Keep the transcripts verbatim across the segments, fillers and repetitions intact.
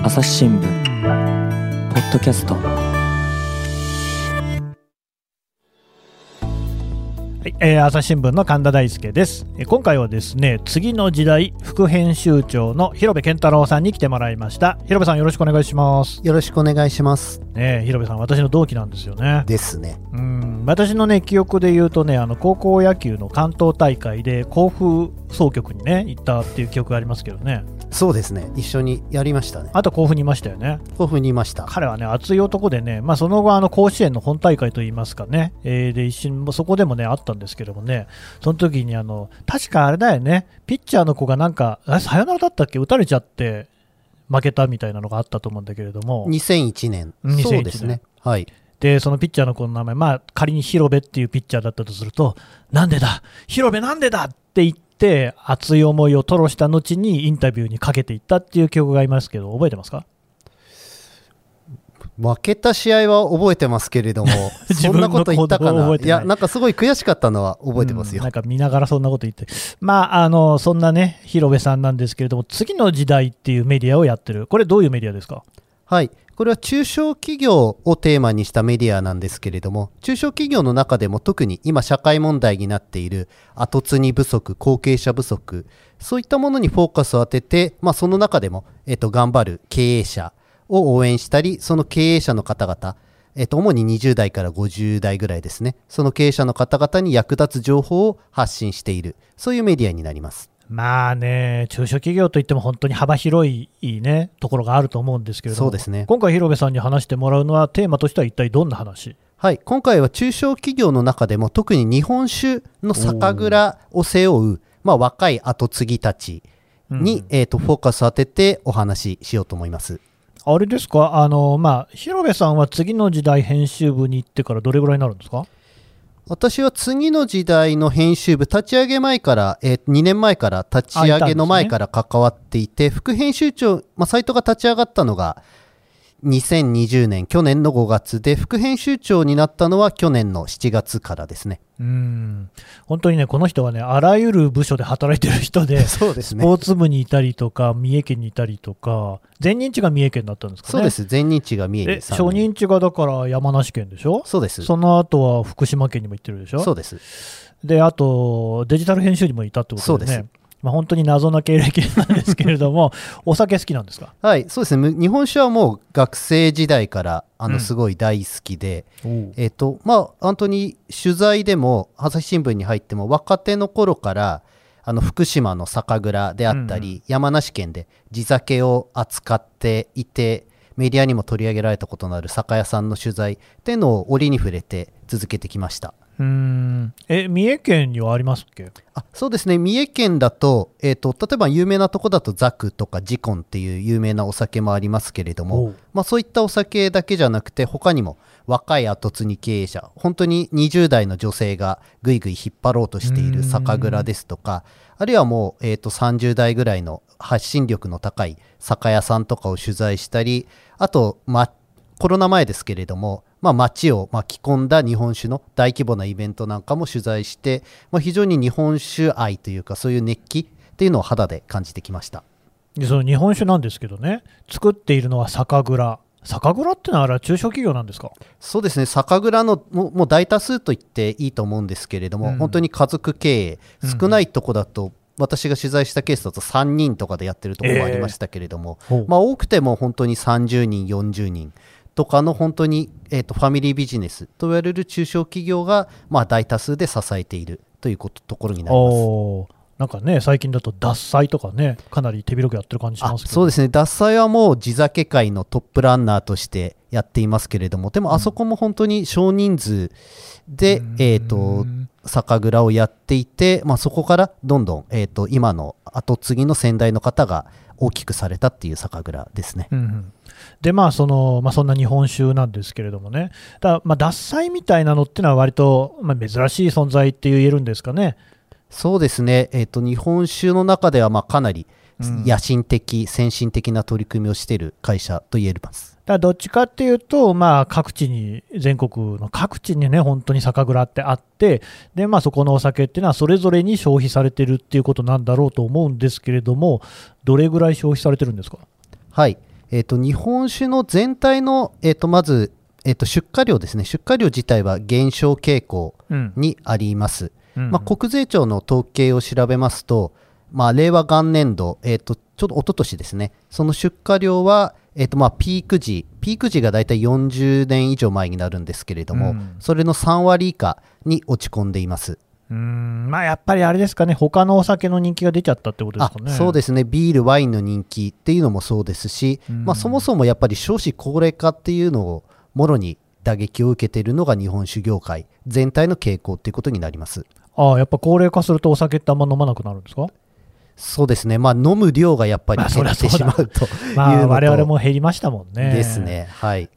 朝日新聞ポッドキャスト。 はい、えー、朝日新聞の神田大輔です。えー、今回はですね、次の時代副編集長の広部健太郎さんに来てもらいました。広部さん、よろしくお願いします。 よろしくお願いします。 ね、広部さん、私の同期なんですよね。 ですね。 うん、私のね記憶で言うとね、あの高校野球の関東大会で甲府総局にね行ったっていう記憶がありますけどね。 そうですね、一緒にやりましたね。 あと甲府にいましたよね。 甲府にいました。 彼はね熱い男でね、まあ、その後あの甲子園の本大会といいますかね、えー、で一瞬そこでもねあったんですけどもね、その時にあの確かあれだよね、ピッチャーの子がなんかサヨナラだったっけ、打たれちゃって負けたみたいなのがあったと思うんだけれども、 にせんいちねん。 にせんいちねんそうですね。はい。 でそのピッチャーの子の名前、まあ、仮に広部っていうピッチャーだったとすると、なんでだ広部なんでだって言って熱い思いを吐露した後にインタビューにかけていったっていう記憶がありますけど、覚えてますか？ 負けた試合は覚えてますけれどもそんなこと言ったかな。いや、なんかすごい悔しかったのは覚えてますよ。 うん、なんか見ながらそんなこと言って、まあ、あのそんなね広部さんなんですけれども、次の時代っていうメディアをやってる。これどういうメディアですか？はい、 これは中小企業をテーマにしたメディアなんですけれども、中小企業の中でも特に今社会問題になっている後継ぎ不足、後継者不足、そういったものにフォーカスを当てて、まあ、その中でも、えっと、頑張る経営者を応援したり、その経営者の方々、えっと、主ににじゅう代からごじゅう代ぐらいですね、その経営者の方々に役立つ情報を発信している、そういうメディアになります。 まあね、中小企業といっても本当に幅広い、ね、ところがあると思うんですけれども、 そうですね。 今回広部さんに話してもらうのはテーマとしては一体どんな話？ はい、今回は中小企業の中でも特に日本酒の酒蔵を背負う、まあ、若い後継ぎたちに、うん、えーと、フォーカスを当ててお話ししようと思います。 あれですか、あの、まあ、広部さんは次の時代編集部に行ってからどれぐらいになるんですか？ 私は次の時代の編集部、立ち上げ前から、えー、にねんまえから立ち上げの前から関わっていて、いたんですね。副編集長、まあ、サイトが立ち上がったのがにせんにじゅうねん、去年のごがつで、副編集長になったのは去年のしちがつからですね。 うーん、本当にね、この人はね、あらゆる部署で働いてる人で、 そうですね、 スポーツ部にいたりとか、三重県にいたりとか、前任地が三重県だったんですかね。 そうです、前任地が三重県さんねん。 初任地がだから山梨県でしょ。 そうです。 その後は福島県にも行ってるでしょ。 そうです。 で、あとデジタル編集にもいたってことでね。そうです。まあ、本当に謎な経歴なんですけれどもお酒好きなんですか？ はい、そうですね。日本酒はもう学生時代からあのすごい大好きで、うん、えっとまあ本当に取材でも朝日新聞に入っても若手の頃からあの福島の酒蔵であったり、うん、山梨県で地酒を扱っていてメディアにも取り上げられたことのある酒屋さんの取材っていうのを折に触れて続けてきました。 うーん、え三重県にはありますっけ？ あ、そうですね。三重県だと、えーと、例えば有名なとこだとザクとかジコンっていう有名なお酒もありますけれども、まあ、そういったお酒だけじゃなくて他にも若い後継ぎ経営者、本当ににじゅう代の女性がぐいぐい引っ張ろうとしている酒蔵ですとか、あるいはもう、えーと、さんじゅう代ぐらいの発信力の高い酒屋さんとかを取材したり、あと、ま、コロナ前ですけれども、まあ、街を巻き込んだ日本酒の大規模なイベントなんかも取材して、まあ、非常に日本酒愛というかそういう熱気っていうのを肌で感じてきました。 でその日本酒なんですけどね、作っているのは酒蔵。酒蔵ってのはあれは中小企業なんですか？ そうですね、酒蔵のももう大多数と言っていいと思うんですけれども、うん、本当に家族経営、少ないとこだと、うん、私が取材したケースだとさんにんとかでやってるところもありましたけれども、えーまあ、多くても本当にさんじゅうにんよんじゅうにんとかの本当に、えーと、ファミリービジネスと言われる中小企業が、まあ、大多数で支えているということ、ところになります。 おなんかね、最近だと獺祭とかね、かなり手広くやってる感じしますけど。 そうですね、獺祭はもう地酒界のトップランナーとしてやっていますけれども、でもあそこも本当に少人数で、うん、えーと酒蔵をやっていて、まあ、そこからどんどん、えーと今の後継ぎの先代の方が大きくされたっていう酒蔵ですね。 うんうん、でまあそのまあ、そんな日本酒なんですけれどもね、だまあ獺祭みたいなのっていうのは割と、まあ、珍しい存在って言えるんですかね。 そうですね、えーと日本酒の中ではまあかなり野心的、うん、先進的な取り組みをしている会社と言えます。 だどっちかっていうと、まあ、各地に全国の各地にね本当に酒蔵ってあってで、まあ、そこのお酒っていうのはそれぞれに消費されてるっていうことなんだろうと思うんですけれども、どれぐらい消費されてるんですか？ はい、 えー、と日本酒の全体の、えー、とまず、えー、と出荷量ですね、出荷量自体は減少傾向にあります。うんまあ、国税庁の統計を調べますと、まあ、令和元年度、えー、とちょうど一昨年ですね、その出荷量は、えー、とまあピーク時、ピーク時がだいたいよんじゅうねん以上前になるんですけれども、うん、それのさんわり以下に落ち込んでいます。 うーんまあ、やっぱりあれですかね、他のお酒の人気が出ちゃったってことですかね。 あそうですね、ビール、ワインの人気っていうのもそうですし、まあ、そもそもやっぱり少子高齢化っていうのをもろに打撃を受けているのが日本酒業界全体の傾向っていうことになります。 ああ、やっぱ高齢化するとお酒ってあんま飲まなくなるんですか？ そうですね、まあ、飲む量がやっぱり減ってしまうというのと、 まあ、我々も減りましたもんね。 ですね、はい。 うん、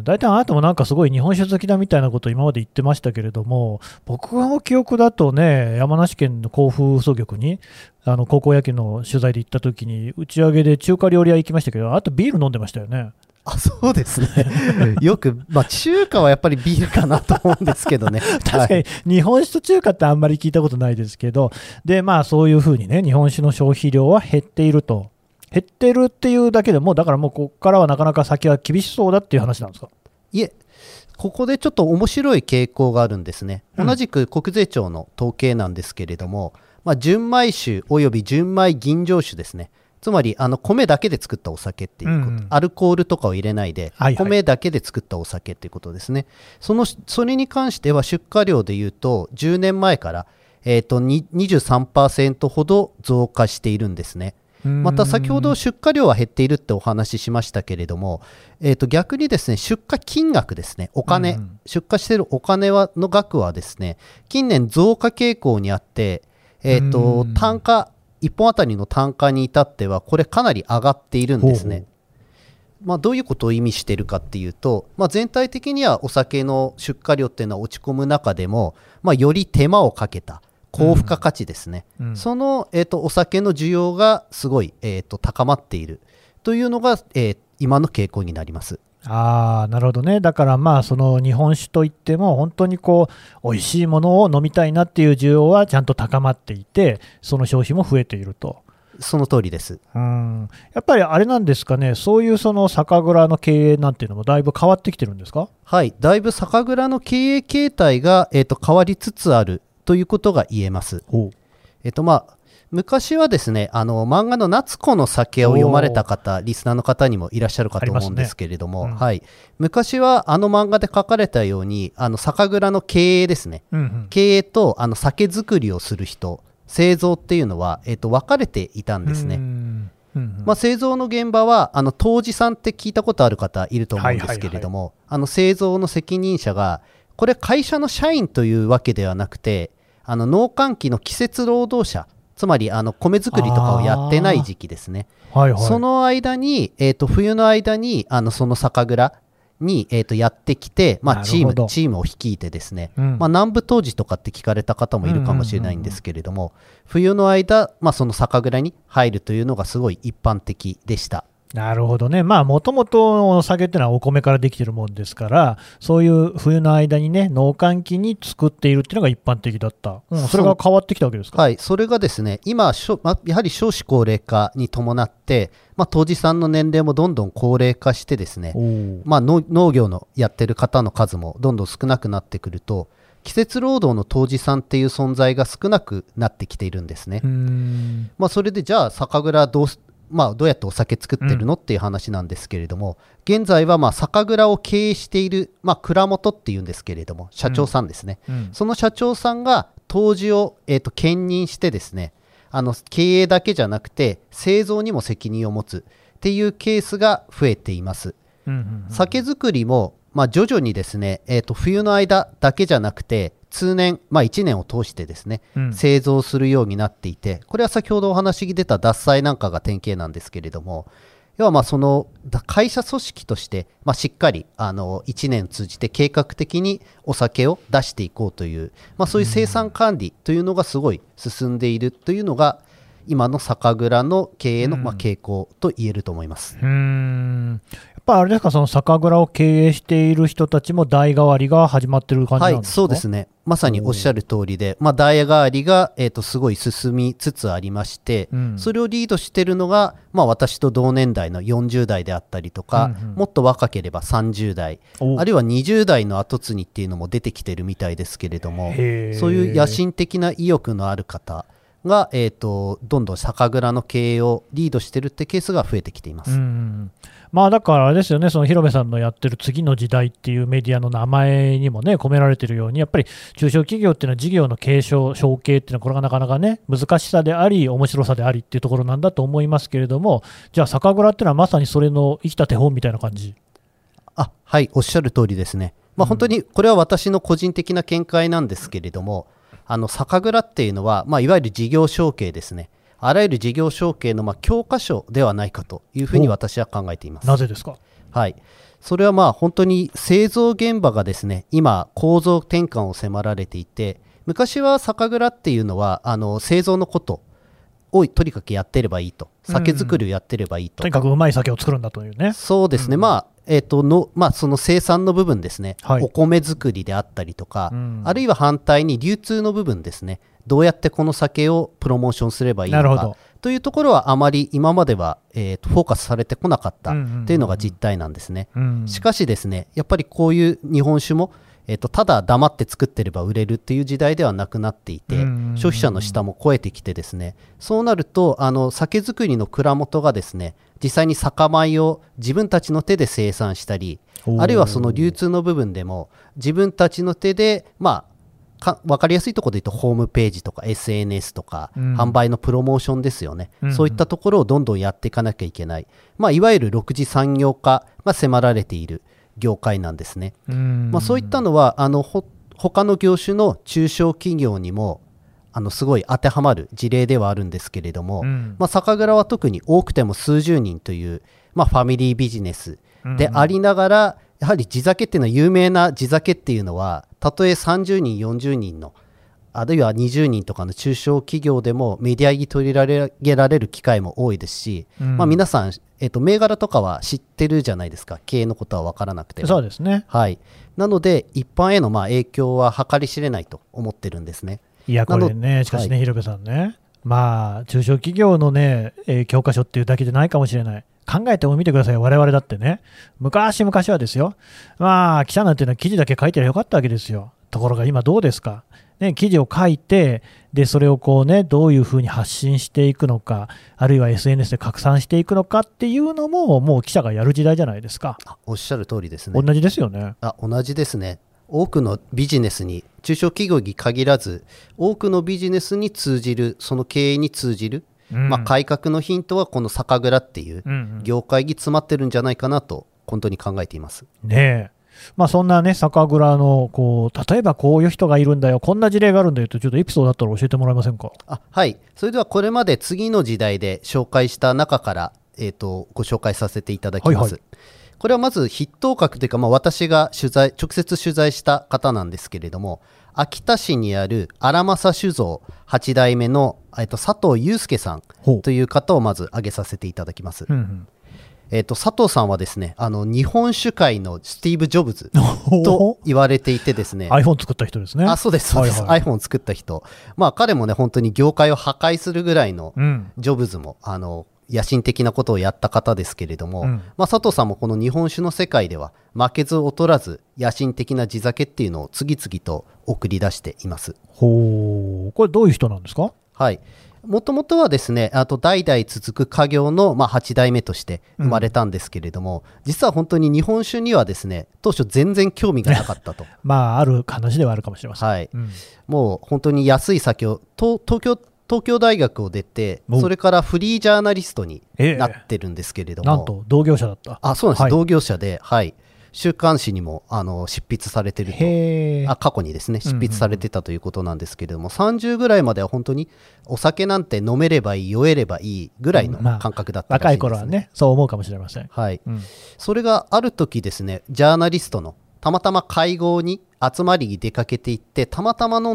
大体あなたもなんかすごい日本酒好きだみたいなことを今まで言ってましたけれども、僕の記憶だとね、山梨県の甲府放送局にあの高校野球の取材で行った時に打ち上げで中華料理屋行きましたけど、あとビール飲んでましたよね。 あそうですねよく、まあ、中華はやっぱりビールかなと思うんですけどね確かに日本酒と中華ってあんまり聞いたことないですけど、でまあそういうふうにね、日本酒の消費量は減っていると、減ってるっていうだけでも、だからもうここからはなかなか先は厳しそうだっていう話なんですか？ いえ、ここでちょっと面白い傾向があるんですね、うん、同じく国税庁の統計なんですけれども、まあ、純米酒および純米吟醸酒ですね、つまりあの米だけで作ったお酒っていうこと、うんうん、アルコールとかを入れないで、はいはい、米だけで作ったお酒っていうことですね。そのそれに関しては出荷量でいうとじゅうねんまえから、えー、と にじゅうさんパーセント ほど増加しているんですね。また先ほど出荷量は減っているってお話ししましたけれども、えー、と逆にですね、出荷金額ですね、お金、うんうん、出荷しているお金はの額はですね、近年増加傾向にあって、えー、と単価いっぽんあたりの単価に至ってはこれかなり上がっているんですね。ほうほう、まあ、どういうことを意味しているかっていうと、まあ、全体的にはお酒の出荷量っていうのは落ち込む中でも、まあ、より手間をかけた高付加価値ですね、うんうん、その、えー、とお酒の需要がすごい、えー、と高まっているというのが、えー、今の傾向になります。 あーなるほどね。だからまあその日本酒といっても本当にこう美味しいものを飲みたいなっていう需要はちゃんと高まっていて、その消費も増えていると。 その通りです。 うん、やっぱりあれなんですかね、そういうその酒蔵の経営なんていうのもだいぶ変わってきてるんですか？ はい、だいぶ酒蔵の経営形態が、えー、と変わりつつあるということが言えます。えっとまあ昔はですね、あの漫画の夏子の酒を読まれた方、リスナーの方にもいらっしゃるかと思うんですけれども、ねうんはい、昔はあの漫画で書かれたようにあの酒蔵の経営ですね、うんうん、経営とあの酒造りをする人、製造っていうのは、えっと、分かれていたんですね。うんうんうんまあ、製造の現場はあの杜氏さんって聞いたことある方いると思うんですけれども、はいはいはい、あの製造の責任者がこれ会社の社員というわけではなくて、あの農閑期の季節労働者、つまりあの米作りとかをやってない時期ですね、はいはい、その間に、えー、と冬の間にあのその酒蔵に、えー、とやってきて、まあ、チームチームを率いてですね、うんまあ、南部杜氏とかって聞かれた方もいるかもしれないんですけれども、うんうんうんうん、冬の間、まあ、その酒蔵に入るというのがすごい一般的でした。 なるほどね。まあもともとお酒っていうのはお米からできてるもんですから、そういう冬の間にね、農閑期に作っているっていうのが一般的だった、うん、それが変わってきたわけですか？ はい、それがですね、今やはり少子高齢化に伴って、まあ、杜氏さんの年齢もどんどん高齢化してですね、まあ、農, 農業のやってる方の数もどんどん少なくなってくると、季節労働の杜氏さんっていう存在が少なくなってきているんですね。うーん、まあ、それでじゃあ酒蔵どうまあ、どうやってお酒作ってるの、うん、っていう話なんですけれども、現在はまあ酒蔵を経営している、まあ、蔵元っていうんですけれども、社長さんですね、うんうん、その社長さんが杜氏を、えーと兼任してですね、あの経営だけじゃなくて製造にも責任を持つっていうケースが増えています、うんうんうん、酒造りも、まあ、徐々にですね、えーと冬の間だけじゃなくて通年、まあ、いちねんを通してですね、うん、製造するようになっていて、これは先ほどお話に出た獺祭なんかが典型なんですけれども、要はまあその会社組織として、まあ、しっかりあのいちねん通じて計画的にお酒を出していこうという、まあ、そういう生産管理というのがすごい進んでいるというのが、 今の酒蔵の経営の、 うんまあ、傾向と言えると思います。 うーんやっぱりあれですか、その酒蔵を経営している人たちも代替わりが始まってる感じなんですか？ はい、そうですね。まさにおっしゃる通りで、まあ、代替わりが、えーと、すごい進みつつありまして、 うん、 それをリードしているのが、まあ、私と同年代のよんじゅう代であったりとか、 うんうん、 もっと若ければさんじゅう代、あるいはにじゅう代の後継ぎっていうのも出てきてるみたいですけれども、そういう野心的な意欲のある方が、えーと、どんどん酒蔵の経営をリードしてるってケースが増えてきています。 うん、まあ、だからあれですよね、その広部さんのやってる次の時代っていうメディアの名前にもね込められているように、やっぱり中小企業っていうのは事業の継承承継っていうのはこれがなかなかね難しさであり面白さでありっていうところなんだと思いますけれども、じゃあ酒蔵っていうのはまさにそれの生きた手本みたいな感じ？ あ、はい、おっしゃる通りですね。まあ、本当にこれは私の個人的な見解なんですけれども、あの酒蔵っていうのは、まあ、いわゆる事業承継ですね。あらゆる事業承継のまあ教科書ではないかというふうに私は考えています。 なぜですか？ はい、それはまあ本当に製造現場がですね今構造転換を迫られていて、昔は酒蔵っていうのはあの製造のことをとにかくやってればいいと、酒造りをやってればいいと、 とにかくうまい酒を作るんだというね。 そうですね、 うん、 まあえーとのまあ、その生産の部分ですね、 はい、 お米作りであったりとか、 うん、 あるいは反対に流通の部分ですね、どうやってこの酒をプロモーションすればいいのかというところはあまり今までは、えーとフォーカスされてこなかったというのが実態なんですね。 うん、 しかしですね、やっぱりこういう日本酒も、えーとただ黙って作ってれば売れるっていう時代ではなくなっていて、うん、消費者の舌も超えてきてですね、そうなるとあの酒造りの蔵元がですね実際に酒米を自分たちの手で生産したり、あるいはその流通の部分でも自分たちの手で、まあ、か分かりやすいところで言うとホームページとか エスエヌエス とか、うん、販売のプロモーションですよね、うん、そういったところをどんどんやっていかなきゃいけない、まあ、いわゆるろく次産業化が迫られている業界なんですね。うん、まあ、そういったのはあのほ他の業種の中小企業にもあのすごい当てはまる事例ではあるんですけれども、うんまあ、酒蔵は特に多くても数十人という、まあ、ファミリービジネスでありながら、うんうん、やはり地酒っていうのは有名な地酒っていうのはたとえさんじゅうにんよんじゅうにんのあるいはにじゅうにんとかの中小企業でもメディアに取り上げられる機会も多いですし、うんまあ、皆さん、えーと、銘柄とかは知ってるじゃないですか、経営のことは分からなくても。 そうですね、 はい、なので一般へのまあ影響は計り知れないと思ってるんですね。 いやこれね、しかしね、はい、広部さんね、まあ、中小企業のね、えー、教科書っていうだけじゃないかもしれない。考えてもみてくださいよ、我々だってね、昔々はですよ、まあ、記者なんていうのは記事だけ書いてりゃよかったわけですよ。ところが今どうですか、ね、記事を書いて、でそれをこう、ね、どういうふうに発信していくのか、あるいは エスエヌエス で拡散していくのかっていうのも、もう記者がやる時代じゃないですか。 おっしゃる通りですね。 同じですよね。 あ、同じですね。多くのビジネスに、中小企業に限らず多くのビジネスに通じる、その経営に通じる、うんまあ、改革のヒントはこの酒蔵っていう業界に詰まってるんじゃないかなと本当に考えています。 ねえ、まあ、そんなね酒蔵のこう例えばこういう人がいるんだよ、こんな事例があるんだよと、ちょっとエピソードだったら教えてもらえませんか？ あ、はい、それではこれまで次の時代で紹介した中から、えーと、ご紹介させていただきます。はいはい、これはまず筆頭格というか、まあ、私が取材直接取材した方なんですけれども、秋田市にある荒政酒造はち代目の、えっと、佐藤祐介さんという方をまず挙げさせていただきます。うんうんえっと、佐藤さんはですね、あの日本酒界のスティーブ・ジョブズと言われていてですね iPhone 作った人ですね。 あ、そうですそうです、はいはい、iPhone 作った人、まあ、彼もね本当に業界を破壊するぐらいの、うん、ジョブズもあの野心的なことをやった方ですけれども、うんまあ、佐藤さんもこの日本酒の世界では負けず劣らず野心的な地酒っていうのを次々と送り出しています。 ほう、これどういう人なんですか？ はい、もともとはですね、あと代々続く家業の、まあ、はち代目として生まれたんですけれども、うん、実は本当に日本酒にはですね当初全然興味がなかったとまあある話ではあるかもしれません、 はいうん、もう本当に安い酒を東京東京大学を出て、それからフリージャーナリストになってるんですけれども、 えー、なんと同業者だった。 あ、そうなんです、はい、同業者で、はい、週刊誌にもあの執筆されてると、あ過去にですね執筆されてたということなんですけれども、うんうん、さんじゅうぐらいまでは本当にお酒なんて飲めればいい、酔えればいいぐらいの感覚だったらしいですね、まあ、若い頃はねそう思うかもしれません、はいうん、それがある時ですね、ジャーナリストのたまたま会合に集まりに出かけていって、たまたま飲んだ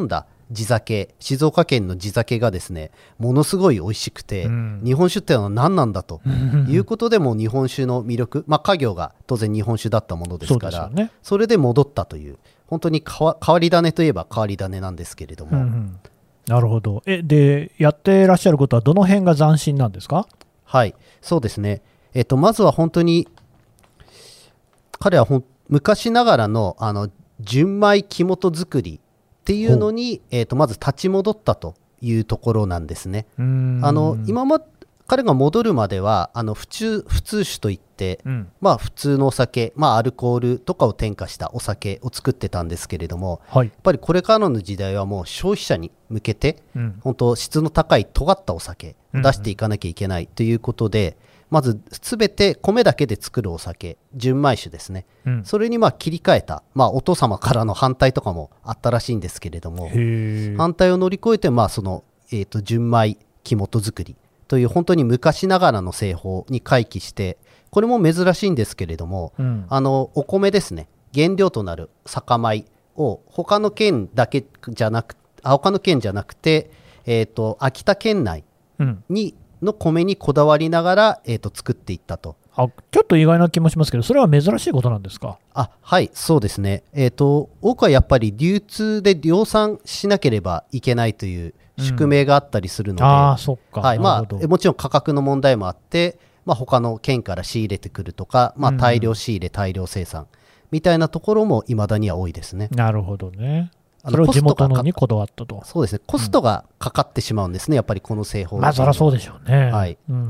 地酒、静岡県の地酒がですねものすごい美味しくて、うん、日本酒ってのは何なんだということでも日本酒の魅力、まあ、家業が当然日本酒だったものですから、 そ, うですよね、それで戻ったという本当に変わり種といえば変わり種なんですけれども、うんうん、 なるほど。えでやってらっしゃることはどの辺が斬新なんですか？ はい、そうですね、えっと、まずは本当に彼はほん昔ながら の, あの純米木本作りっていうのに、えー、とまず立ち戻ったというところなんですね。あの今ま彼が戻るまではあの普通普通酒といって、うんまあ、普通のお酒、まあ、アルコールとかを添加したお酒を作ってたんですけれども、はい、やっぱりこれからの時代はもう消費者に向けて、うん、本当質の高い尖ったお酒を出していかなきゃいけないということで、うんうんまずすべて米だけで作るお酒、純米酒ですね、うん、それにまあ切り替えた、まあ、お父様からの反対とかもあったらしいんですけれども、反対を乗り越えてまあその、えーと純米木本作りという本当に昔ながらの製法に回帰して、これも珍しいんですけれども、うん、あのお米ですね、原料となる酒米を他の県だけじゃなく他の県じゃなくて、えーと秋田県内に、うんの米にこだわりながら、えー、と作っていったと。 あちょっと意外な気もしますけど、それは珍しいことなんですか？ あはいそうですね、えー、と多くはやっぱり流通で量産しなければいけないという宿命があったりするので、うん、あそっか、はいまあ、もちろん価格の問題もあって、まあ、他の県から仕入れてくるとか、まあ、大量仕入れ、うん、大量生産みたいなところもいまだには多いですね。 なるほどね。それを地元のにこだわったと。 そうですね、コストがかかってしまうんですね、うん、やっぱりこの製法まあそりゃそうでしょうね。 はい、うんうんうんうん、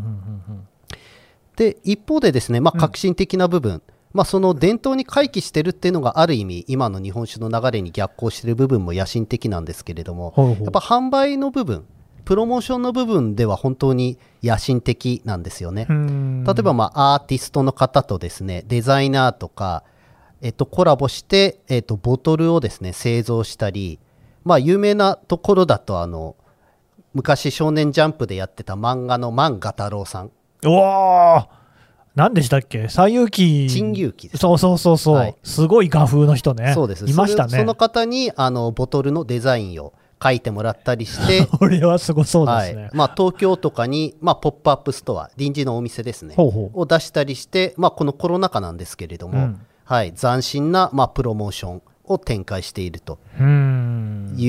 で一方でですね、まあ、革新的な部分、うんまあ、その伝統に回帰してるっていうのがある意味今の日本酒の流れに逆行している部分も野心的なんですけれども、ほうほうやっぱ販売の部分、プロモーションの部分では本当に野心的なんですよね。例えばまあアーティストの方とですね、デザイナーとかえっと、コラボして、えっと、ボトルをですね製造したり、まあ、有名なところだとあの昔少年ジャンプでやってた漫画の万画太郎さん。 おー何でしたっけ、西遊記、 珍遊記です、ね、 そうそうそうそう、はい、すごい画風の人ね。 そうです、 いましたね。 そ, その方にあのボトルのデザインを書いてもらったりしてこれはすごそうですね、 はいまあ、東京とかに、まあ、ポップアップストア、臨時のお店ですねほうほうを出したりして、まあ、このコロナ禍なんですけれども、うんはい、斬新な、まあ、プロモーションを展開しているという、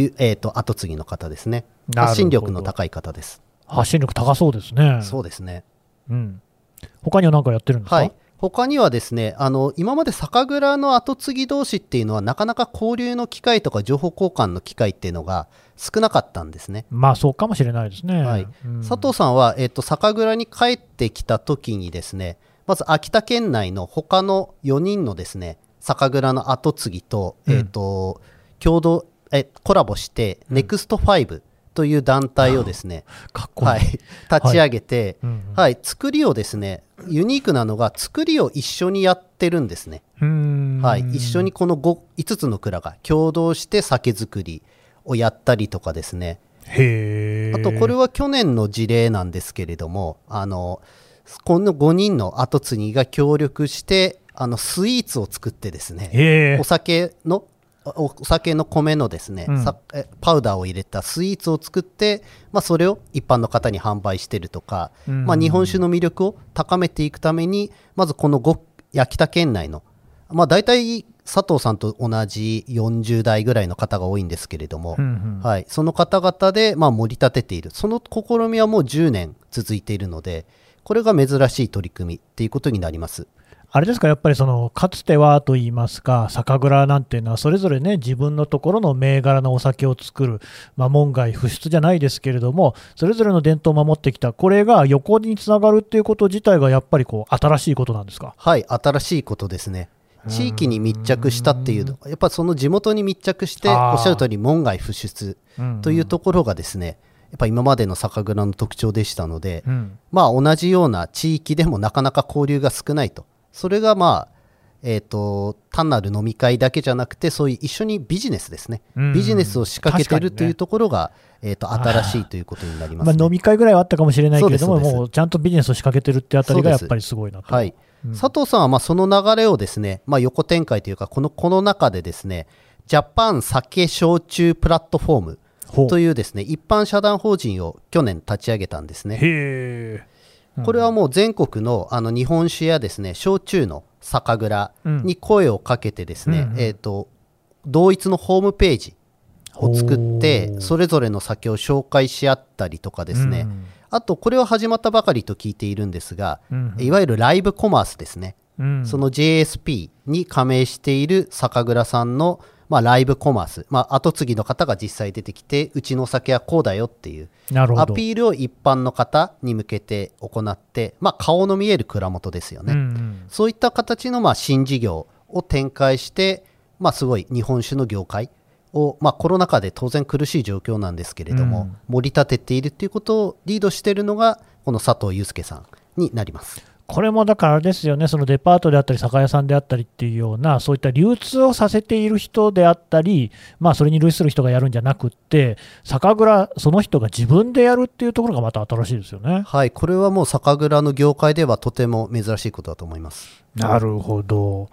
えー、と後継ぎの方ですね。発信力の高い方です。 発信力高そうですね。 そうですね、 うん、他には何かやってるんですか？ はい、他にはですね、あの今まで酒蔵の後継ぎ同士っていうのはなかなか交流の機会とか情報交換の機会っていうのが少なかったんですね。 まあそうかもしれないですね、 はいうん、佐藤さんは、えー、と酒蔵に帰ってきた時にですね、まず秋田県内の他のよにんのですね酒蔵の後継ぎと、うんえー、と共同えコラボしてネクストファイブという団体をですね、 かっこいい、 はい、立ち上げて、はいうんうんはい、作りをですねユニークなのが作りを一緒にやってるんですね。うーん、はい、一緒にこの 5, いつつの蔵が共同して酒造りをやったりとかですね。 へー。 あとこれは去年の事例なんですけれども、あのこのごにんの後継ぎが協力してあのスイーツを作ってですね、お酒のお酒の米のですね、うん、パウダーを入れたスイーツを作って、まあ、それを一般の方に販売してるとか、うんまあ、日本酒の魅力を高めていくためにまずこの秋田県内の、まあ、大体佐藤さんと同じよんじゅう代ぐらいの方が多いんですけれども、うんうんはい、その方々でまあ盛り立てている、その試みはもうじゅうねん続いているので、これが珍しい取り組みっていうことになります。 あれですか、やっぱりそのかつてはといいますか、酒蔵なんていうのはそれぞれね自分のところの銘柄のお酒を作る、まあ、門外不出じゃないですけれども、それぞれの伝統を守ってきた、これが横につながるっていうこと自体がやっぱりこう新しいことなんですか？ はい、新しいことですね。地域に密着したっていうの、やっぱその地元に密着して、おっしゃる通り門外不出というところがですね、やっぱ今までの酒蔵の特徴でしたので、うん、まあ同じような地域でもなかなか交流が少ないと。それがまあ、えーと、単なる飲み会だけじゃなくて、そういう一緒にビジネスですね、うん、ビジネスを仕掛けてるというところが、ねえーと、新しいということになります、ね。 まあ、飲み会ぐらいはあったかもしれないけれども、もうちゃんとビジネスを仕掛けてるってあたりがやっぱりすごいなと。 はいうん、佐藤さんはまあその流れをですね、まあ、横展開というかこのこの中でですね、ジャパン酒焼酎プラットフォームというですね一般社団法人を去年立ち上げたんですね。 へー、 これはもう全国 の, あの日本酒やですね焼酎の酒蔵に声をかけてですね、うんえー、と同一のホームページを作ってそれぞれの酒を紹介し合ったりとかですね、うん、あとこれは始まったばかりと聞いているんですが、うん、いわゆるライブコマースですね、うん、その ジェーエスピー に加盟している酒蔵さんのまあ、ライブコマース、まあ、後継ぎの方が実際出てきてうちのお酒はこうだよっていうアピールを一般の方に向けて行って、まあ、顔の見える蔵元ですよね、うんうん、そういった形のまあ新事業を展開して、まあ、すごい日本酒の業界を、まあ、コロナ禍で当然苦しい状況なんですけれども、うん、盛り立てているということをリードしているのがこの佐藤祐介さんになります。 これもだからあれですよね、そのデパートであったり酒屋さんであったりっていうようなそういった流通をさせている人であったり、まあ、それに類する人がやるんじゃなくって酒蔵その人が自分でやるっていうところがまた新しいですよね。 はい、これはもう酒蔵の業界ではとても珍しいことだと思います。 なるほど。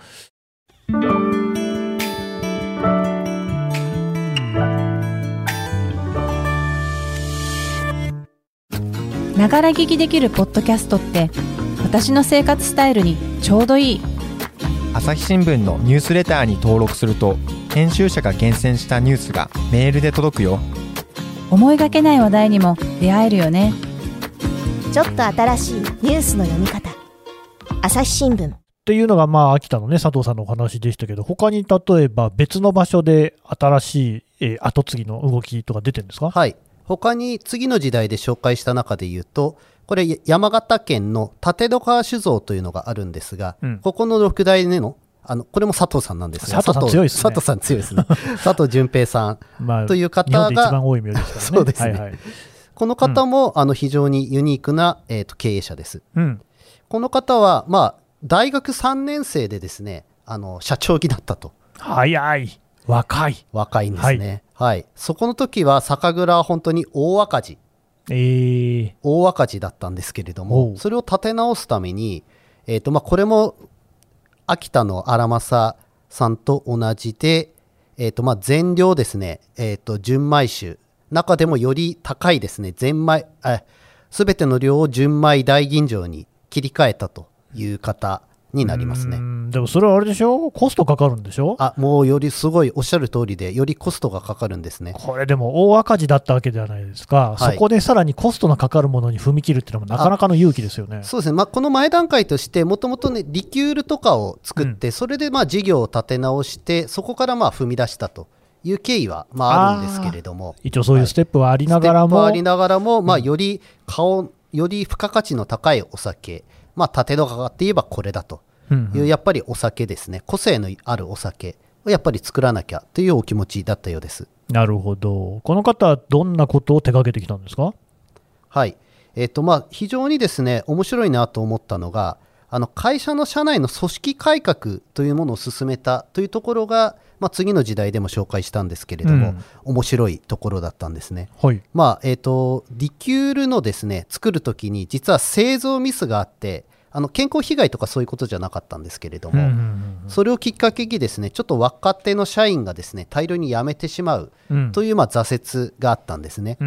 ながら聞きできるポッドキャストって私の生活スタイルにちょうどいい。 朝日新聞のニュースレターに登録すると編集者が厳選したニュースがメールで届くよ。 思いがけない話題にも出会えるよね。 ちょっと新しいニュースの読み方、朝日新聞っていうのがまあ秋田のね佐藤さんのお話でしたけど、他に例えば別の場所で新しい、えー、後継ぎの動きとか出てるんですか？ はい、他に次の時代で紹介した中で言うと、これ山形県の立戸川酒造というのがあるんですが、うん、ここのろく代目のあのこれも佐藤さんなんですが、 佐藤さん強いですね。 佐藤さん強いですね佐藤純平さんという方が、まあ、日本で一番多い名字ですからね。 そうですね、はいはい、この方も、うん、あの非常にユニークな、えーと、経営者です、うん、この方は、まあ、大学さんねん生でですねあの社長になったと。 早い、若い若いんですね、はいはい、そこの時は酒蔵は本当に大赤字、 えー、 大赤字だったんですけれども、それを立て直すために、えーとまあ、これも秋田の荒政さんと同じで、えーとまあ、全量ですね、えーと純米酒中でもより高いですね全米すべての量を純米大吟醸に切り替えたという方になりますね。 うーん、でもそれはあれでしょ、コストかかるんでしょ。 あ、もうよりすごいおっしゃる通りでよりコストがかかるんですね。 これでも大赤字だったわけではないですか、はい、そこでさらにコストのかかるものに踏み切るっていうのもなかなかの勇気ですよね。 そうですね、まあ、この前段階としてもともとねリキュールとかを作って、うん、それでまあ事業を立て直してそこからまあ踏み出したという経緯はまああるんですけれども、 一応そういうステップはありながらも、 はい、ステップはありながらも、まあ、より顔より付加価値の高いお酒、まあ、立戸川って言えばこれだという、やっぱりお酒ですね、個性のあるお酒をやっぱり作らなきゃというお気持ちだったようです。 なるほど。この方はどんなことを手掛けてきたんですか？ はい、えーとまあ、非常にですね面白いなと思ったのが、あの会社の社内の組織改革というものを進めたというところが、まあ、次の時代でも紹介したんですけれども、うん、面白いところだったんですね。はい、まあえーと、リキュールのですね作るときに実は製造ミスがあって、あの健康被害とかそういうことじゃなかったんですけれども、うんうんうんうん、それをきっかけにですねちょっと若手の社員がですね大量に辞めてしまうという、まあ、挫折があったんですね。うん、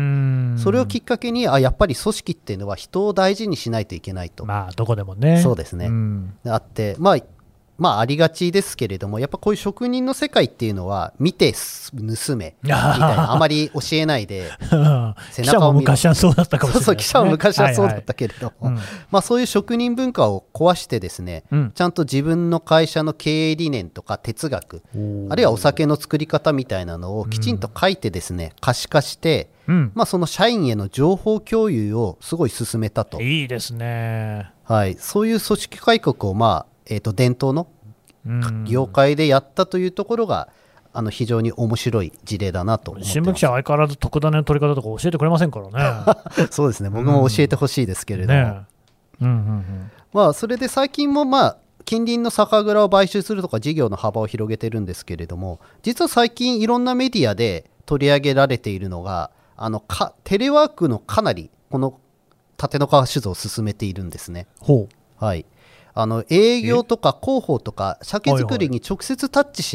それをきっかけにあやっぱり組織っていうのは人を大事にしないといけないと、 まあどこでもね、 そうですね、うん、あって、まあまあ、ありがちですけれども、やっぱこういう職人の世界っていうのは見て盗めみたいなあまり教えないで背中を見る。記者も昔はそうだったかもしれないですね。そうそう記者も昔はそうだったけれども、はいはい、まあ、そういう職人文化を壊してですね、うん、ちゃんと自分の会社の経営理念とか哲学、あるいはお酒の作り方みたいなのをきちんと書いてですね、うん、可視化して、うん、まあ、その社員への情報共有をすごい進めたと。 いいですね、 はい、そういう組織改革を、まあえー、と伝統の業界でやったというところがあの非常に面白い事例だなと思ってます。 新聞記者は相変わらず特ダネの取り方とか教えてくれませんからねそうですね、僕も教えてほしいですけれども、うんねうんうんうん、まあ、それで最近もまあ近隣の酒蔵を買収するとか事業の幅を広げてるんですけれども、実は最近いろんなメディアで取り上げられているのがあのかテレワークのかなりこの立戸川酒造を進めているんですね。ほう、はい、あの営業とか広報とか酒造りに直接タッチしない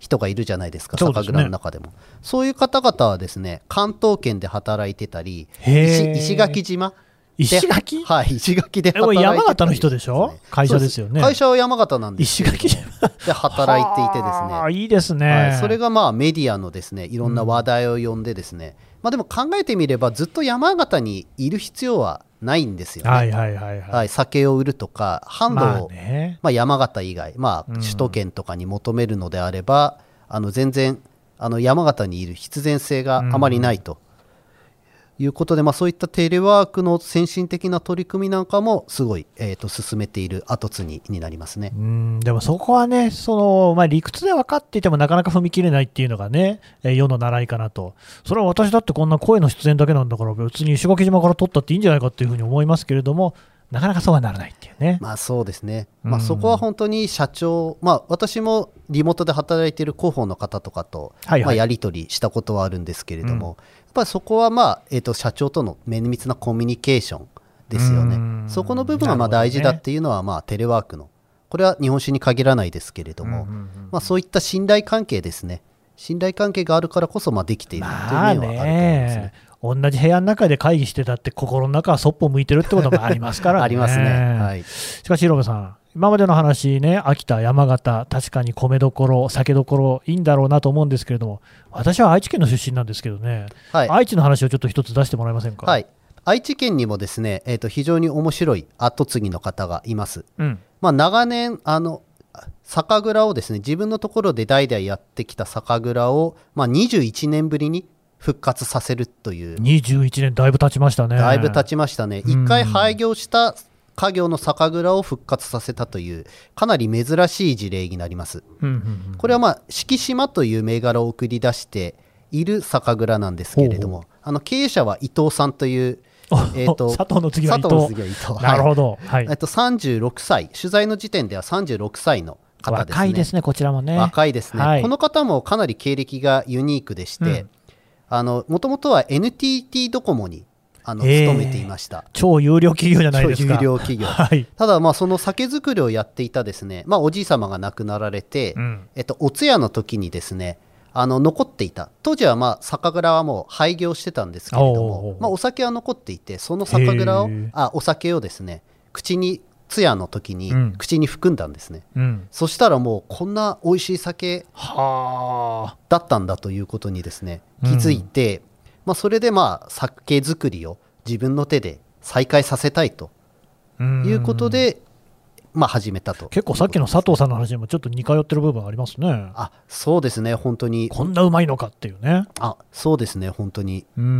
人がいるじゃないですか、 そうですね酒蔵の中でも。そういう方々はですね、関東圏で働いてたり、 へー石石垣島で、 石垣はい、石垣でえこれ働いてたり山形の人でしょ、会社ですよね。 会社は山形なんですけれども石垣島で働いていてですね、 はあいいですね、 はい、それがまあメディアのですねいろんな話題を呼んでですね、うんまあ、でも考えてみればずっと山形にいる必要はないんですよね。 はいはいはいはい、 はい、酒を売るとか販路を、 まあねまあ、山形以外、まあ、首都圏とかに求めるのであれば、うん、あの全然あの山形にいる必然性があまりないと。いうことで、まあ、そういったテレワークの先進的な取り組みなんかもすごい、えー、と進めている後継ぎになりますね。 うんでもそこはね、そのまあ、理屈で分かっていてもなかなか踏み切れないっていうのがね、えー世の習いかなと。それは私だってこんな声の出演だけなんだから別に石垣島から撮ったっていいんじゃないかっていうふうに思いますけれども、なかなかそうはならないっていうね。 まあそうですね、 うんまあ、そこは本当に社長、まあ、私もリモートで働いている広報の方とかと、 はいはいまあ、やり取りしたことはあるんですけれども、やっぱりそこは、まあえー、と社長との綿密なコミュニケーションですよね。 うんそこの部分がまあ大事だっていうのは、まあ、テレワークのこれは日本酒に限らないですけれども、 うんうんうんまあ、そういった信頼関係ですね。信頼関係があるからこそまあできているという面はあると思いますね。 同じ部屋の中で会議してたって心の中はそっぽ向いてるってこともありますからね。 ありますね、はい、 しかし広部さん、今までの話ね、秋田、山形、確かに米どころ、酒どころいいんだろうなと思うんですけれども、私は愛知県の出身なんですけどね、 はい、 愛知の話をちょっと一つ出してもらえませんか。 はい、愛知県にもですね、えー、と非常に面白い後継ぎの方がいます。 うんまあ、長年あの酒蔵をですね、自分のところで代々やってきた酒蔵を、まあ、にじゅういちねんぶりに復活させるという。 にじゅういちねんだいぶ経ちましたね。 だいぶ経ちましたね。一回廃業した家業の酒蔵を復活させたというかなり珍しい事例になります。 うんうんうん、 これはまあ四季島という銘柄を送り出している酒蔵なんですけれども、 ほうほうあの経営者は伊藤さんという、えー、と佐藤の次は伊藤。 佐藤の次は伊藤、 なるほど、はい、 えっと、さんじゅうろくさい、取材の時点ではさんじゅうろくさいの方ですね。 若いですね、こちらもね。 若いですね、 はい、 この方もかなり経歴がユニークでして、もともとは エヌティーティー ドコモにあの勤めていました。 超有料企業じゃないですか。 超有料企業、 はい、 ただまあその酒造りをやっていたですね、まあ、おじい様が亡くなられて、 うんえっと、お通夜の時にですね、あの残っていた、当時はまあ酒蔵はもう廃業してたんですけれども、まあ、お酒は残っていて、その酒蔵をあお酒をですね、口に通夜の時に口に含んだんですね、 うん、 そしたらもうこんな美味しい酒はだったんだということにですね気づいて、うんまあ、それでまあ酒造りを自分の手で再開させたいということで、まあ、始めたと。 結構さっきの佐藤さんの話にもちょっと似通ってる部分ありますね。 あ、そうですね、本当にこんなうまいのかっていうね。 あ、そうですね、本当に。 うん、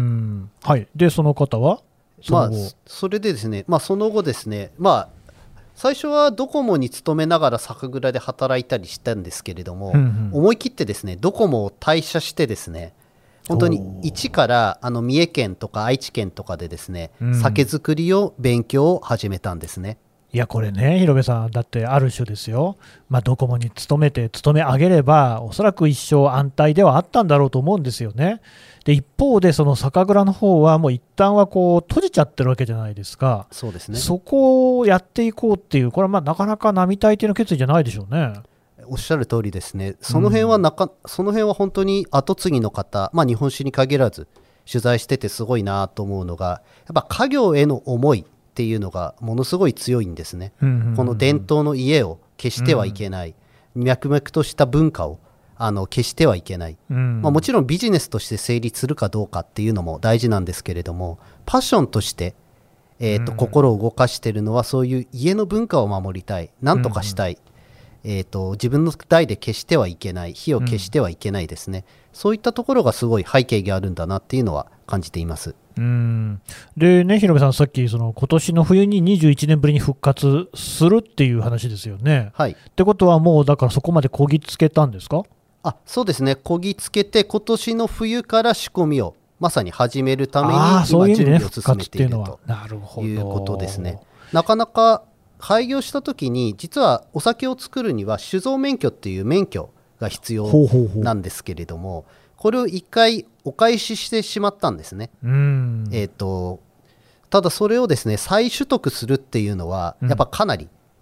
はい。でその方はその後、 まあ、それでですね、まあ、その後ですね、まあ最初はドコモに勤めながら酒蔵で働いたりしたんですけれども、 うんうん、 思い切ってですねドコモを退社してですね、本当に一からあの三重県とか愛知県とかでですね、うん、酒造りを勉強を始めたんですね。 いやこれね、広部さん、だってある種ですよ、まあ、ドコモに勤めて勤め上げればおそらく一生安泰ではあったんだろうと思うんですよね。で一方でその酒蔵の方はもう一旦はこう閉じちゃってるわけじゃないですか。 そうですね。 そこをやっていこうっていう、これはまあなかなか並大抵の決意じゃないでしょうね。 おっしゃる通りですね。その辺はなか、うん、その辺は本当に後継ぎの方、まあ、日本酒に限らず取材しててすごいなと思うのが、やっぱ家業への思いっていうのがものすごい強いんですね、うんうんうん、この伝統の家を消してはいけない、うん、脈々とした文化をあの消してはいけない、うんまあ、もちろんビジネスとして成立するかどうかっていうのも大事なんですけれども、パッションとして、えーとうん、心を動かしているのはそういう家の文化を守りたい、なんとかしたい、うんうんえーと、自分の代で消してはいけない、火を消してはいけないですね、うん、そういったところがすごい背景があるんだなっていうのは感じています。 うんでね、広部さん、さっきその今年の冬ににじゅういちねんぶりに復活するっていう話ですよね。 はい、 ってことはもうだからそこまでこぎつけたんですか？ あ、そうですね、こぎつけて今年の冬から仕込みをまさに始めるために今準備を進めているということですね。なかなか廃業した時に実はお酒を作るには酒造免許っていう免許が必要なんですけれども、これを一回お返ししてしまったんですね。うんえーと、ただそれをですね再取得するっていうのはやっぱかなり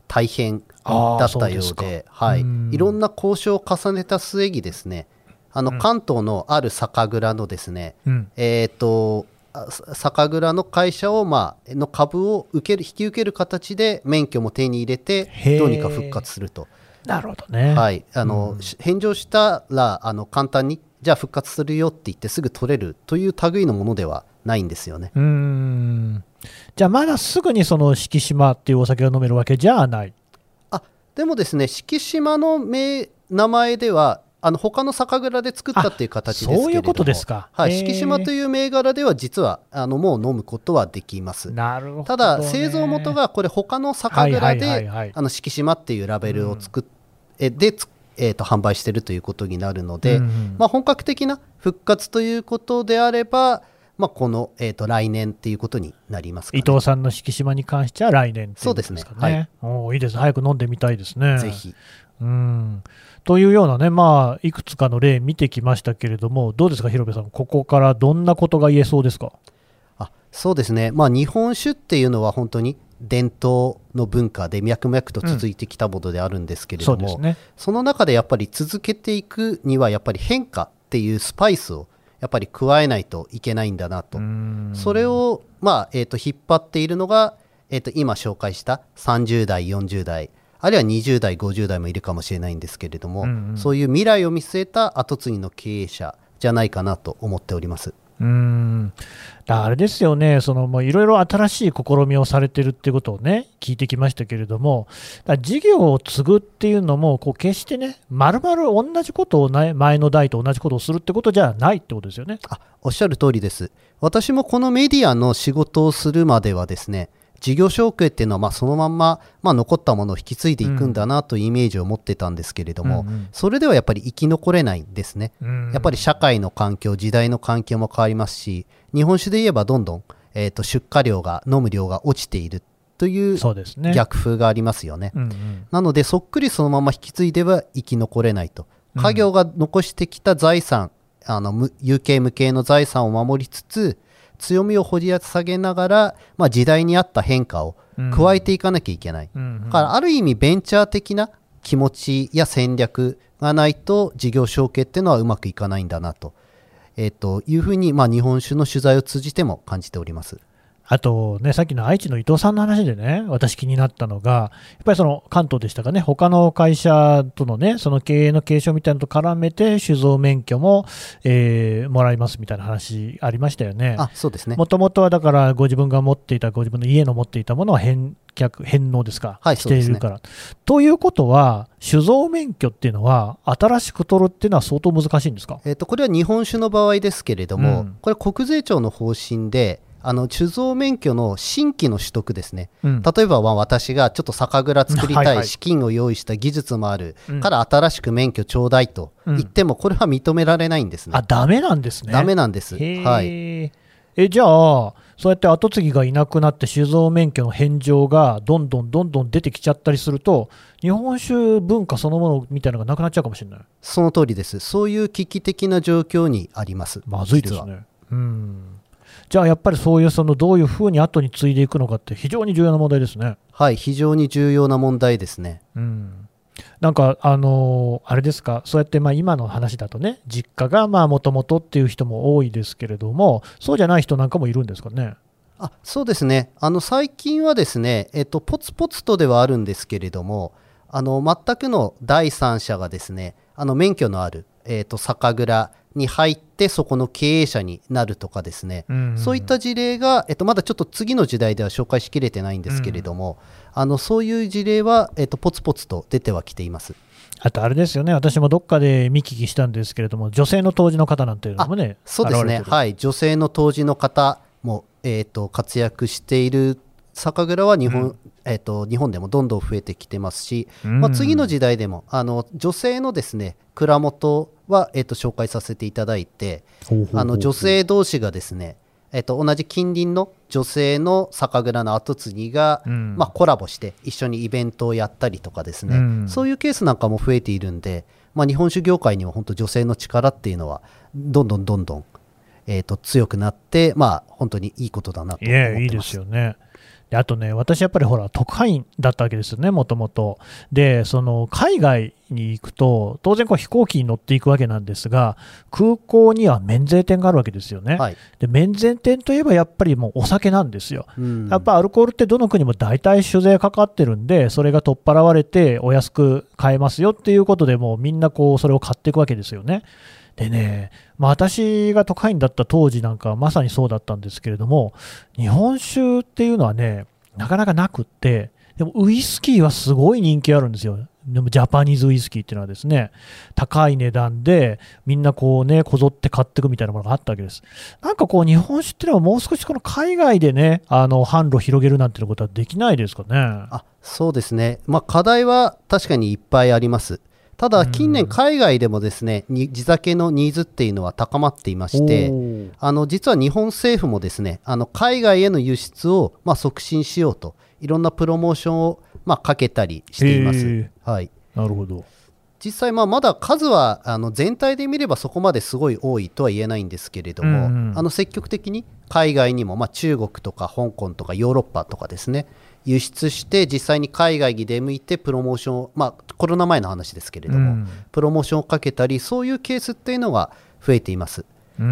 大変あーだったよそううで、 ですかはい、 うんいろんな交渉を重ねた末にですね、あの関東のある酒蔵のですね、 うんえー、とあ酒蔵の会社を、まあの株を受ける引き受ける形で免許も手に入れてへーどうにか復活すると、 なるほどね。 はい、あのうんし返上したらあの簡単にじゃあ復活するよって言ってすぐ取れるという類のものではないんですよね。 うーんじゃあまだすぐにその敷島っていうお酒が飲めるわけじゃない。 あでもですね、敷島の名名前ではあの他の酒蔵で作ったっていう形ですけれども、 そういうことですか。 はい、 へー敷島という銘柄では実はあのもう飲むことはできます。 なるほどね。 ただ製造元がこれ他の酒蔵はいはいはいではいあの敷島っていうラベルを作っ、えでつえーと販売しているということになるので、 うんうんまあ、本格的な復活ということであれば、まあ、この、えーと来年っていうことになりますかね。 伊藤さんの敷島に関しては来年っていうことですかね。 そうですねおーいいです。早く飲んでみたいですね。 ぜひ。 うんというようなね、まあ、いくつかの例見てきましたけれども、どうですか、広部さん、ここからどんなことが言えそうですか。 あそうですね、まあ、日本酒っていうのは本当に伝統の文化で脈々と続いてきたものであるんですけれども、 そうですね。 その中でやっぱり続けていくにはやっぱり変化っていうスパイスをやっぱり加えないといけないんだなと、 うんそれを、まあえー、と引っ張っているのが、えー、と今紹介したさんじゅう代よんじゅう代あるいはにじゅう代ごじゅう代もいるかもしれないんですけれども、 うんうんそういう未来を見据えた後継ぎの経営者じゃないかなと思っております。 うーんだからあれですよね、そのもういろいろ新しい試みをされてるってことをね、聞いてきましたけれども、だから事業を継ぐっていうのも、こう決してね、まるまる同じことを、ね、前の代と同じことをするってことじゃないってことですよね。 あおっしゃる通りです。私もこのメディアの仕事をするまではですね、事業承継っていうのはまあそのまんま、まあ、残ったものを引き継いでいくんだなというイメージを持ってたんですけれども、 うんうんそれではやっぱり生き残れないんですね。 うんやっぱり社会の環境、時代の環境も変わりますし、日本酒で言えばどんどん、えーと出荷量が、飲む量が落ちているというそうですね。 逆風がありますよね。 うんうんなのでそっくりそのまま引き継いでは生き残れないと、 うん家業が残してきた財産、あの無有形無形の財産を守りつつ強みを掘り下げながら、まあ、時代に合った変化を加えていかなきゃいけない、 うんうんだからある意味ベンチャー的な気持ちや戦略がないと事業承継っていうのはうまくいかないんだなと、えー、というふうに、まあ、日本酒の取材を通じても感じております。 あとね、さっきの愛知の伊藤さんの話でね、私気になったのが、やっぱりその関東でしたかね、他の会社とのね、その経営の継承みたいなのと絡めて、酒造免許も、えーもらいますみたいな話ありましたよね。 あそうですね。 もともとはだから、ご自分が持っていた、ご自分の家の持っていたものは返却、返納ですか、 はいしているから。ということは、酒造免許っていうのは、新しく取るっていうのは相当難しいんですか。 えー、とこれは日本酒の場合ですけれども、 うんこれ国税庁の方針であの酒造免許の新規の取得ですね、 うん例えばまあ私がちょっと酒蔵作りはいはいたい資金を用意した技術もあるうんから新しく免許ちょうだいと言ってもこれは認められないんですね、 あ、ダメなんですね。 ダメなんです。 へーはい、 えじゃあ、そうやって後継ぎがいなくなって酒造免許の返上がどんどんどんどん出てきちゃったりすると、日本酒文化そのものみたいなのがなくなっちゃうかもしれない。 その通りです。そういう危機的な状況にあります。 まずいです実はね。うんじゃあやっぱりそういうそのどういうふうに後に継いでいくのかって非常に重要な問題ですね。 はい、非常に重要な問題ですね。 うんなんか、あのーあれですか、そうやってまあ今の話だとね、実家がもともとっていう人も多いですけれども、そうじゃない人なんかもいるんですかね。 あそうですね、あの最近はですね、えっと、ポツポツとではあるんですけれども、あの全くの第三者がですね、あの免許のある、えっと、酒蔵に入ってそこの経営者になるとかですね、 うんそういった事例が、えっと、まだちょっと次の時代では紹介しきれてないんですけれども、あのそういう事例は、えっと、ポツポツと出てはきています。 あとあれですよね、私もどっかで見聞きしたんですけれども、女性の当時の方なんていうのもね、 そうですね、 現れてるはい、女性の当時の方も、えー、と活躍している酒蔵は日本、 うんえー、と日本でもどんどん増えてきてますし、 うんまあ、次の時代でもあの女性のですね蔵元は、えー、と紹介させていただいて、 ほうほうほうほうあの女性同士がですね、えー、と同じ近隣の女性の酒蔵の後継ぎが、 うんまあ、コラボして一緒にイベントをやったりとかですね、 うんそういうケースなんかも増えているんで、まあ、日本酒業界には本当女性の力っていうのはどんどんどんどん、えー、と強くなって、まあ、本当にいいことだなとい思ってます。 えいいですよね。 であとね、私やっぱりほら特派員だったわけですよね、もともと。で、その海外に行くと、当然こう飛行機に乗っていくわけなんですが、空港には免税店があるわけですよね。 はい、 で免税店といえばやっぱりもうお酒なんですよ。 うん、 やっぱアルコールってどの国も大体酒税かかってるんで、それが取っ払われてお安く買えますよっていうことで、もうみんなこうそれを買っていくわけですよね。でね、まあ、私が特派員だった当時なんかはまさにそうだったんですけれども、日本酒っていうのはね、なかなかなくって、でもウイスキーはすごい人気あるんですよ。でもジャパニーズウイスキーっていうのはですね、高い値段でみんなこうね、こぞって買っていくみたいなものがあったわけです。なんかこう日本酒っていうのはもう少しこの海外でね、あの販路を広げるなんていうことはできないですかね。 あ、そうですね。まあ、課題は確かにいっぱいあります。ただ近年海外でもですね、に地酒のニーズっていうのは高まっていまして、あの実は日本政府もですね、あの海外への輸出をまあ促進しようといろんなプロモーションをまあかけたりしています。はい、 なるほど。 実際まあまだ数はあの全体で見ればそこまですごい多いとは言えないんですけれども、うんうん、あの積極的に海外にも、まあ、中国とか香港とかヨーロッパとかですね、輸出して実際に海外に出向いてプロモーションを、まあ、コロナ前の話ですけれども、うん、プロモーションをかけたり、そういうケースっていうのが増えています、うん、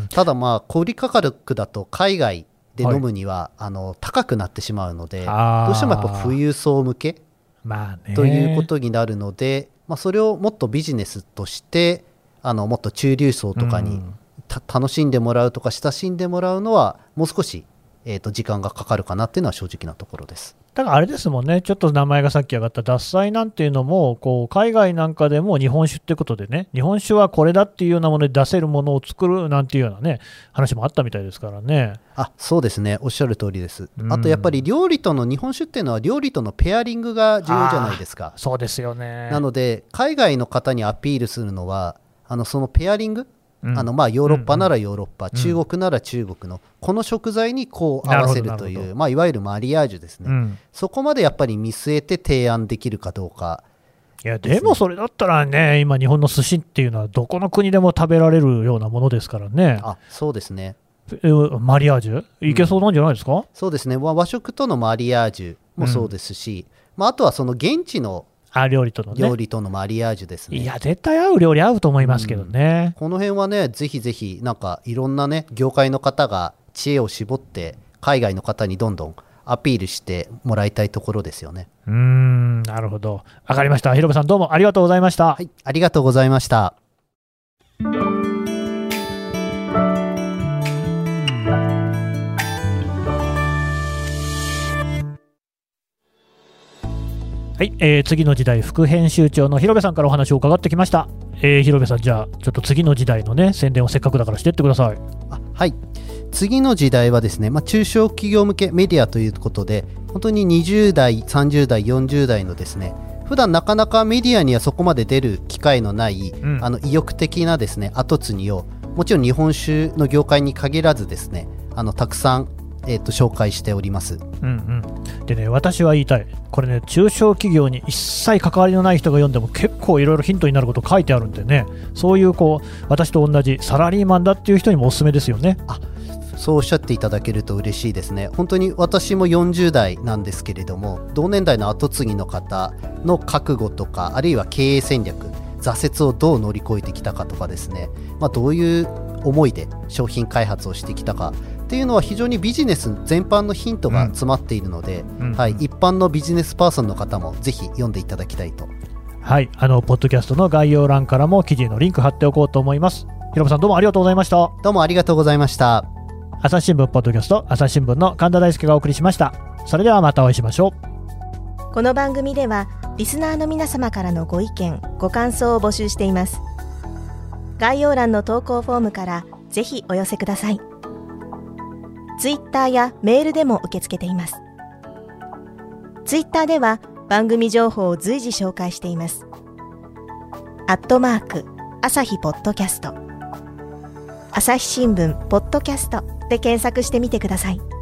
ただまあ小売価格だと海外で飲むには、はい、あの高くなってしまうので、どうしてもやっぱ富裕層向け、まあね、ということになるので、まあ、それをもっとビジネスとしてあのもっと中流層とかに、うん、楽しんでもらうとか親しんでもらうのはもう少し、えーと、時間がかかるかなっていうのは正直なところです。 だからあれですもんね、ちょっと名前がさっき上がった獺祭なんていうのもこう海外なんかでも日本酒ってことでね、日本酒はこれだっていうようなもので出せるものを作るなんていうようなね話もあったみたいですからね。 あ、そうですね、おっしゃる通りです。あとやっぱり料理との日本酒っていうのは料理とのペアリングが重要じゃないですか。 そうですよね。 なので海外の方にアピールするのはあのそのペアリング、うん、あのまあヨーロッパならヨーロッパ、うん、中国なら中国のこの食材にこう合わせるという、まあ、いわゆるマリアージュですね、うん、そこまでやっぱり見据えて提案できるかどうか。 いやでもそれだったらね、今日本の寿司っていうのはどこの国でも食べられるようなものですからね。 あ、そうですね。 マリアージュいけそうなんじゃないですか、うん、 そうですね。和食とのマリアージュもそうですし、うん、まあ、あとはその現地のあ料理とのね、 料理とのマリアージュですね。 いや絶対合う料理合うと思いますけどね、 うん、この辺はねぜひぜひなんかいろんなね業界の方が知恵を絞って海外の方にどんどんアピールしてもらいたいところですよね。 うーん、なるほど、わかりました。広部さんどうもありがとうございました。 はい、ありがとうございました。 はい、えー、次の時代副編集長の広部さんからお話を伺ってきました。えー、広部さん、じゃあちょっと次の時代のね宣伝をせっかくだからしてってください。 あ、はい、次の時代はですね、まあ、中小企業向けメディアということで、本当ににじゅう代さんじゅう代よんじゅう代のですね、普段なかなかメディアにはそこまで出る機会のない、うん、あの意欲的なですね後継ぎを、もちろん日本酒の業界に限らずですね、あのたくさんえー、と紹介しております、 うんうん、でね、私は言いたい、これね中小企業に一切関わりのない人が読んでも結構いろいろヒントになること書いてあるんでね、そういうこう私と同じサラリーマンだっていう人にもおすすめですよね。 あ、そうおっしゃっていただけると嬉しいですね。本当に私もよんじゅう代なんですけれども、同年代の後継ぎの方の覚悟とか、あるいは経営戦略、挫折をどう乗り越えてきたかとかですね、まあ、どういう思いで商品開発をしてきたかっていうのは非常にビジネス全般のヒントが詰まっているので、うんはい、一般のビジネスパーソンの方もぜひ読んでいただきたいと。 はい、あのポッドキャストの概要欄からも記事へのリンク貼っておこうと思います。広部さんどうもありがとうございました。 どうもありがとうございました。 朝日新聞ポッドキャスト、朝日新聞の神田大輔がお送りしました。それではまたお会いしましょう。この番組ではリスナーの皆様からのご意見ご感想を募集しています。概要欄の投稿フォームからぜひお寄せください。ツイッターやメールでも受け付けています。ツイッターでは番組情報を随時紹介しています。アットマーク朝日ポッドキャスト、朝日新聞ポッドキャストで検索してみてください。